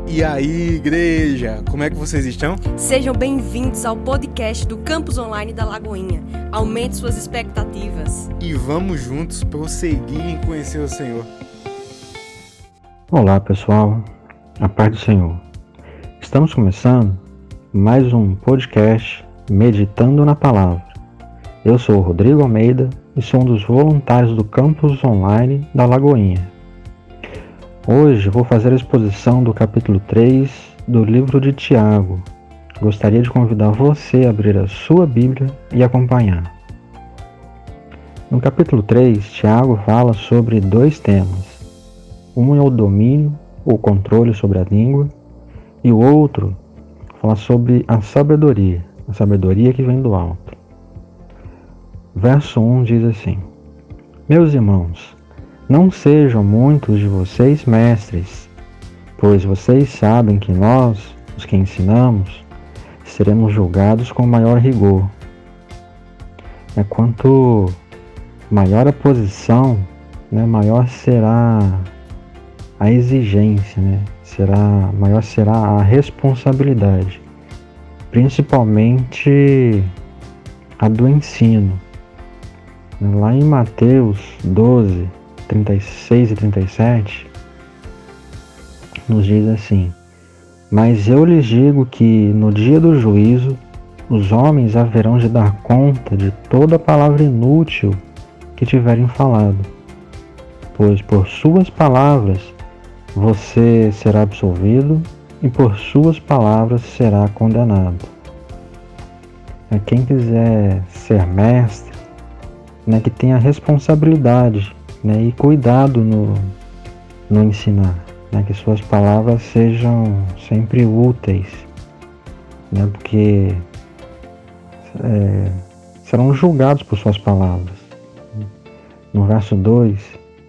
E aí, igreja, como é que vocês estão? Sejam bem-vindos ao podcast do Campus Online da Lagoinha. Aumente suas expectativas. E vamos juntos prosseguir em conhecer o Senhor. Olá, pessoal. A paz do Senhor. Estamos começando mais um podcast Meditando na Palavra. Eu sou o Rodrigo Almeida e sou um dos voluntários do Campus Online da Lagoinha. Hoje vou fazer a exposição do capítulo 3 do livro de Tiago. Gostaria de convidar você a abrir a sua Bíblia e acompanhar. No capítulo 3, Tiago fala sobre dois temas. Um é o domínio, ou controle sobre a língua, e o outro fala sobre a sabedoria que vem do alto. Verso 1 diz assim: Meus irmãos, não sejam muitos de vocês mestres, pois vocês sabem que nós, os que ensinamos, seremos julgados com maior rigor. Quanto maior a posição, maior será a exigência, maior será a responsabilidade, principalmente a do ensino. Lá em Mateus 12, 36 e 37, nos diz assim: Mas eu lhes digo que no dia do juízo, os homens haverão de dar conta de toda palavra inútil que tiverem falado, pois por suas palavras você será absolvido e por suas palavras será condenado. Quem quiser ser mestre, que tenha responsabilidade e cuidado no ensinar, que suas palavras sejam sempre úteis, porque serão julgados por suas palavras. No verso 2,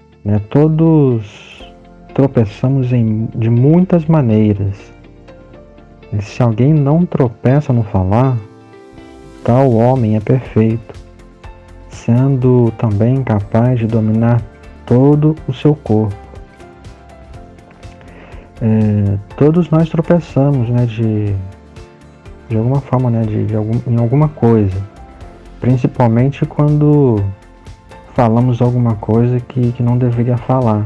todos tropeçamos de muitas maneiras. Se alguém não tropeça no falar, tal homem é perfeito, sendo também capaz de dominar todo o seu corpo. Todos nós tropeçamos de alguma forma, em alguma coisa, principalmente quando falamos alguma coisa que não deveria falar.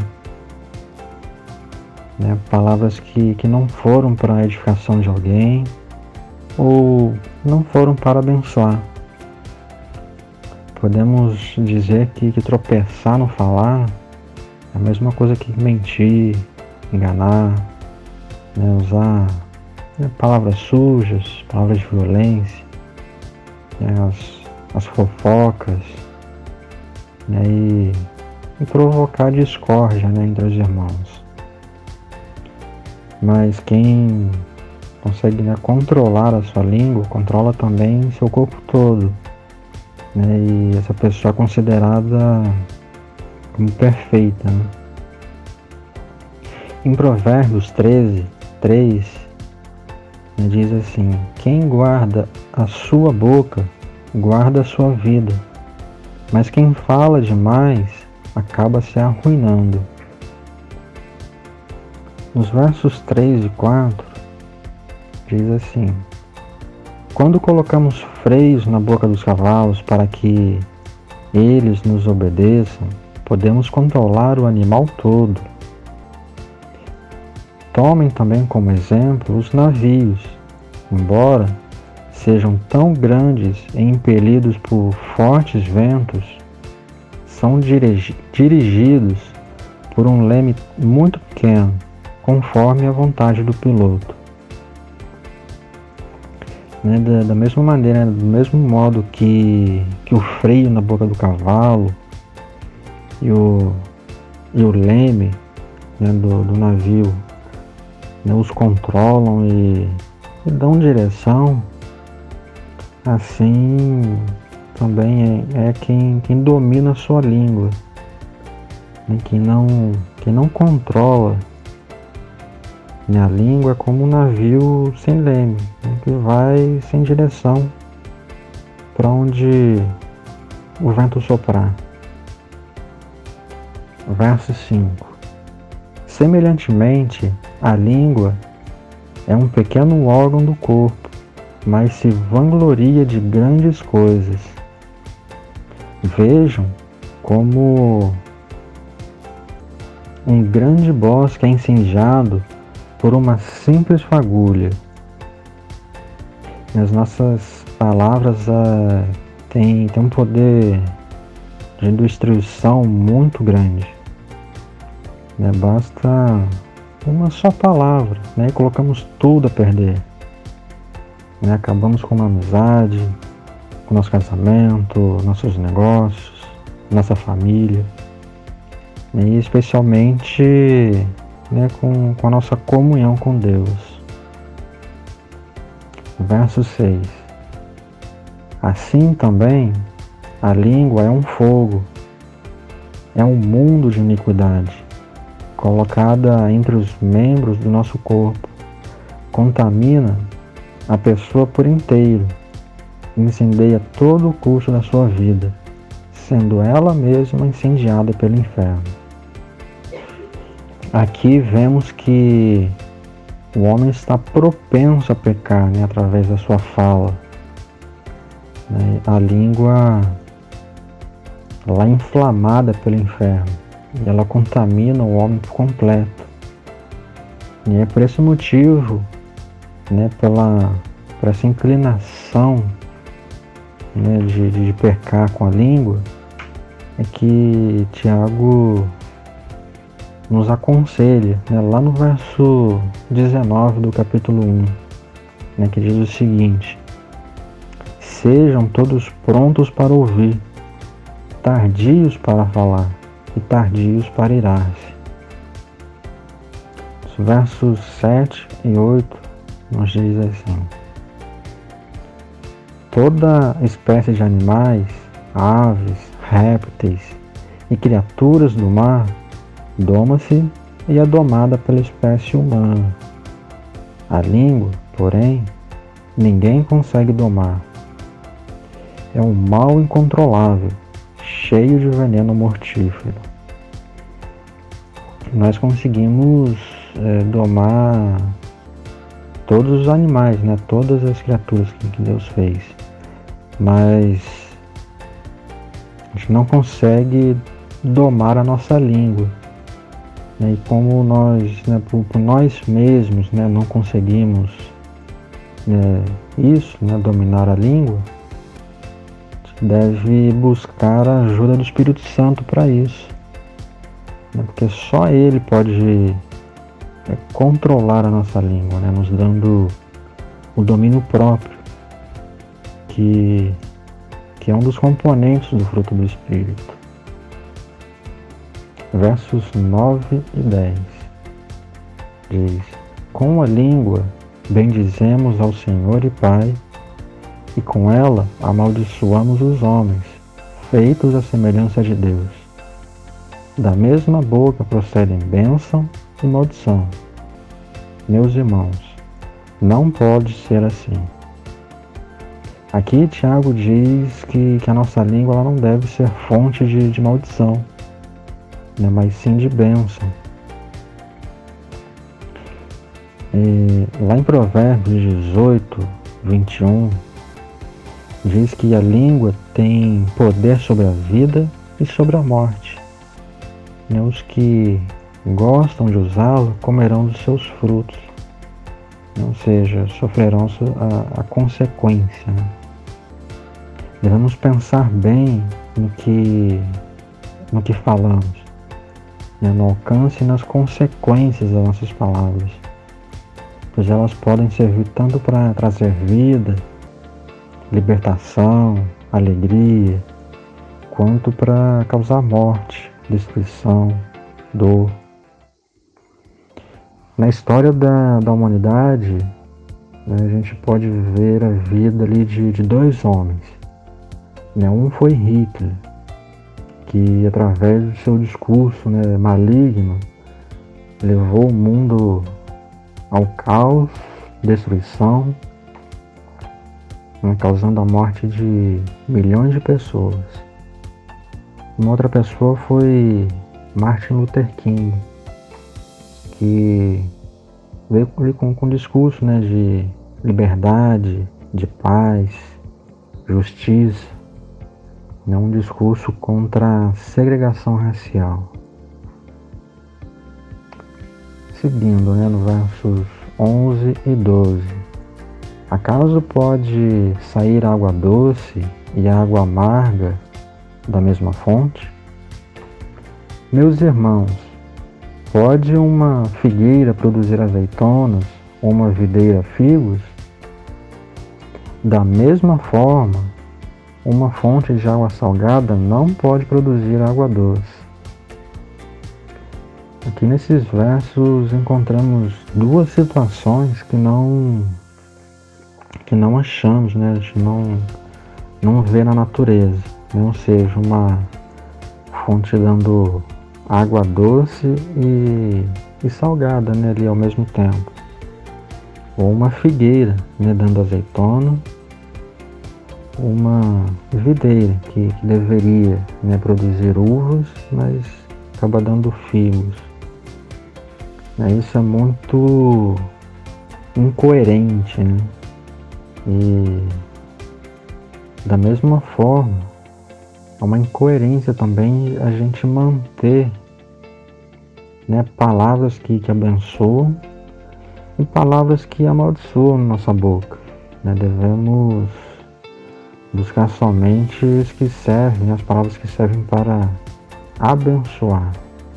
Palavras que não foram para a edificação de alguém ou não foram para abençoar. Podemos dizer que tropeçar no falar é a mesma coisa que mentir, enganar, usar palavras sujas, palavras de violência, as fofocas, e provocar discórdia entre os irmãos. Mas quem consegue controlar a sua língua, controla também seu corpo todo. E essa pessoa é considerada como perfeita. Em Provérbios 13, 3, diz assim: Quem guarda a sua boca, guarda a sua vida, mas quem fala demais acaba se arruinando. Nos versos 3 e 4, diz assim: Quando colocamos freios na boca dos cavalos para que eles nos obedeçam, podemos controlar o animal todo. Tomem também como exemplo os navios. Embora sejam tão grandes e impelidos por fortes ventos, são dirigidos por um leme muito pequeno, conforme a vontade do piloto. Da mesma maneira, do mesmo modo que o freio na boca do cavalo e o leme do navio os controlam e dão direção, assim também é quem domina a sua língua, quem não controla. A língua é como um navio sem leme, que vai sem direção para onde o vento soprar. Verso 5. Semelhantemente, a língua é um pequeno órgão do corpo, mas se vangloria de grandes coisas. Vejam como um grande bosque é incendiado por uma simples fagulha. As nossas palavras têm um poder de destruição muito grande. Basta uma só palavra, e colocamos tudo a perder. Acabamos com uma amizade, com nosso casamento, nossos negócios, nossa família, e especialmente com a nossa comunhão com Deus. Verso 6. Assim também, a língua é um fogo, é um mundo de iniquidade, colocada entre os membros do nosso corpo, contamina a pessoa por inteiro, incendeia todo o curso da sua vida, sendo ela mesma incendiada pelo inferno. Aqui vemos que o homem está propenso a pecar, através da sua fala. A língua ela é inflamada pelo inferno e ela contamina o homem por completo. E é por esse motivo, por essa inclinação de pecar com a língua, é que Tiago nos aconselha, lá no verso 19 do capítulo 1, que diz o seguinte: sejam todos prontos para ouvir, tardios para falar e tardios para irar-se. Os versos 7 e 8 nos diz assim: toda espécie de animais, aves, répteis e criaturas do mar doma-se e é domada pela espécie humana. A língua, porém, ninguém consegue domar. É um mal incontrolável, cheio de veneno mortífero. Nós conseguimos domar todos os animais, todas as criaturas que Deus fez, mas a gente não consegue domar a nossa língua. E como nós, por nós mesmos, não conseguimos isso, dominar a língua, a gente deve buscar a ajuda do Espírito Santo para isso, porque só Ele pode controlar a nossa língua, nos dando o domínio próprio, que é um dos componentes do fruto do Espírito. Versos 9 e 10 diz: com a língua bendizemos ao Senhor e Pai, e com ela amaldiçoamos os homens, feitos à semelhança de Deus. Da mesma boca procedem bênção e maldição. Meus irmãos, não pode ser assim. Aqui Tiago diz que a nossa língua ela não deve ser fonte de maldição, mas sim de bênção. Lá em Provérbios 18, 21, diz que a língua tem poder sobre a vida e sobre a morte. Os que gostam de usá-lo comerão dos seus frutos, ou seja, sofrerão a consequência. Devemos pensar bem no que falamos, no alcance e nas consequências das nossas palavras, pois elas podem servir tanto para trazer vida, libertação, alegria, quanto para causar morte, destruição, dor. Na história da humanidade, a gente pode ver a vida ali de dois homens. Um foi Hitler, que através do seu discurso maligno levou o mundo ao caos, destruição, causando a morte de milhões de pessoas. Uma outra pessoa foi Martin Luther King, que veio com um discurso, né, de liberdade, de paz, justiça, né, um discurso contra a segregação racial. Seguindo, né, no versos 11 e 12. Acaso pode sair água doce e água amarga da mesma fonte? Meus irmãos, pode uma figueira produzir azeitonas ou uma videira figos? Da mesma forma, uma fonte de água salgada não pode produzir água doce. Aqui nesses versos encontramos duas situações que não achamos, né? A gente não vê na natureza, né? Ou seja, uma fonte dando água doce e salgada, né, ali ao mesmo tempo. Ou uma figueira, né, dando azeitona, uma videira que deveria, né, produzir uvas, mas acaba dando figos. Isso é muito incoerente, né? E da mesma forma, é uma incoerência também a gente manter, né, palavras que abençoam e palavras que amaldiçoam na nossa boca, né? Devemos buscar somente as que servem, as palavras que servem para abençoar.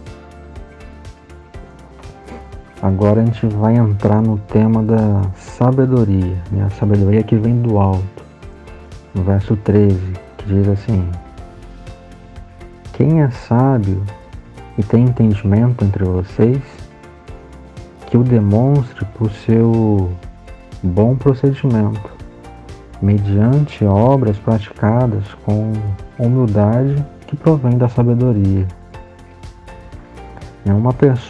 Agora a gente vai entrar no tema da sabedoria, né? A sabedoria que vem do alto, no verso 13, que diz assim: quem é sábio e tem entendimento entre vocês, que o demonstre por seu bom procedimento, mediante obras praticadas com humildade que provém da sabedoria. Uma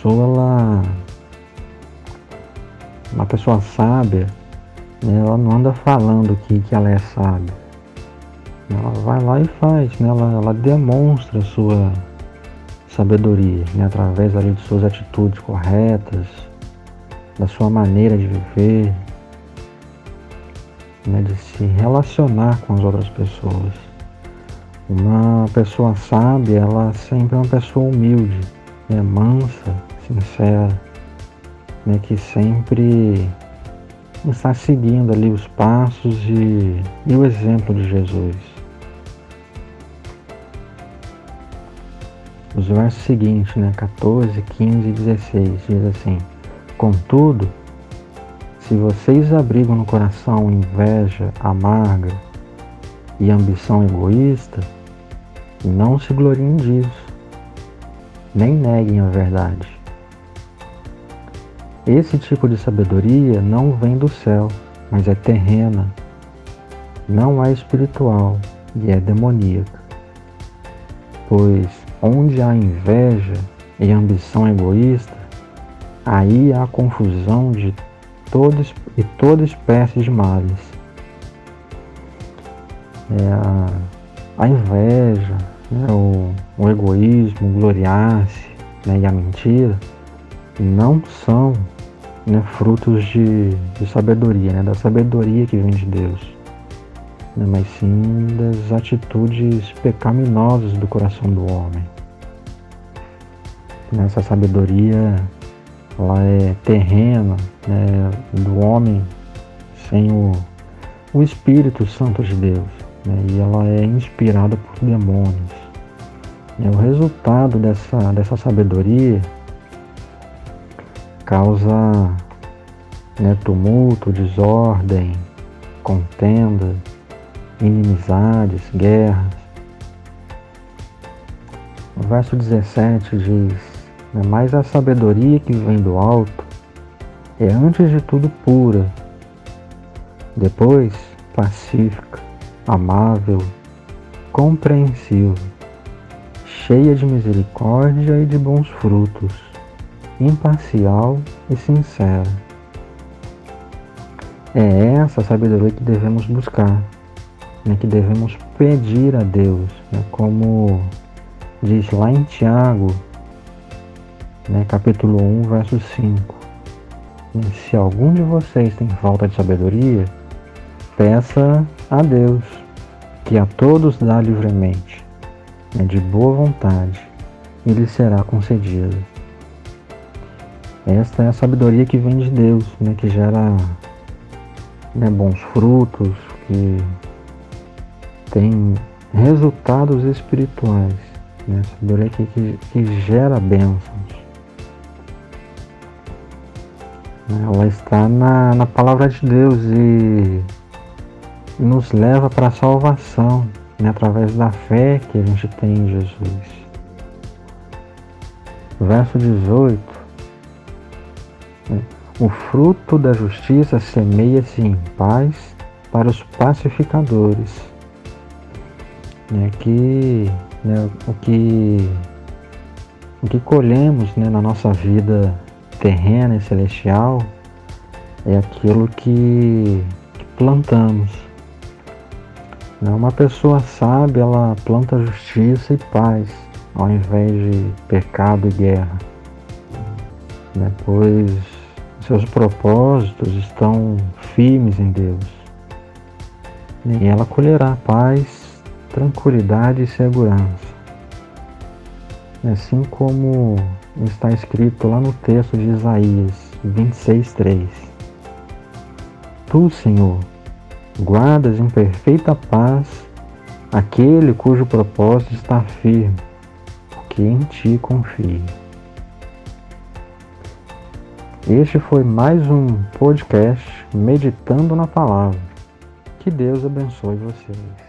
pessoa sábia, ela não anda falando que ela é sábia. Ela vai lá e faz, né? Ela demonstra a sua sabedoria, né? Através ali de suas atitudes corretas, da sua maneira de viver, né? De se relacionar com as outras pessoas. Uma pessoa sábia, ela sempre é uma pessoa humilde, né? Mansa, sincera, né? Que sempre está seguindo ali os passos e o exemplo de Jesus. Os versos seguintes, né, 14, 15 e 16, diz assim: contudo, se vocês abrigam no coração inveja amarga e ambição egoísta, não se gloriem disso, nem neguem a verdade. Esse tipo de sabedoria não vem do céu, mas é terrena, não é espiritual e é demoníaca. Pois onde há inveja e ambição egoísta, aí há confusão de toda espécie de males. A inveja, né, o egoísmo, o gloriar-se, né, e a mentira não são, né, frutos de sabedoria, né, da sabedoria que vem de Deus, né, mas sim das atitudes pecaminosas do coração do homem. Essa sabedoria, ela é terrena, né, do homem sem o Espírito Santo de Deus, né, e ela é inspirada por demônios. O resultado dessa sabedoria causa, né, tumulto, desordem, contenda, inimizades, guerras. O verso 17 diz: mas a sabedoria que vem do alto é antes de tudo pura, depois pacífica, amável, compreensiva, cheia de misericórdia e de bons frutos, imparcial e sincera. É essa sabedoria que devemos buscar, né, que devemos pedir a Deus, né, como diz lá em Tiago, né, capítulo 1, verso 5. Se algum de vocês tem falta de sabedoria, peça a Deus, que a todos dá livremente, de boa vontade, e lhe será concedida. Esta é a sabedoria que vem de Deus, que gera bons frutos, que tem resultados espirituais, sabedoria que gera bênçãos. Ela está na palavra de Deus e nos leva para a salvação, através da fé que a gente tem em Jesus. Verso 18. O fruto da justiça semeia-se em paz para os pacificadores. O que colhemos na nossa vida terrena e celestial é aquilo que plantamos. Uma pessoa sábia, ela planta justiça e paz, ao invés de pecado e guerra, pois seus propósitos estão firmes em Deus. E ela colherá paz, tranquilidade e segurança. Assim como está escrito lá no texto de Isaías 26:3. Tu, Senhor, guardas em perfeita paz aquele cujo propósito está firme, porque em ti confia. Este foi mais um podcast Meditando na Palavra. Que Deus abençoe vocês.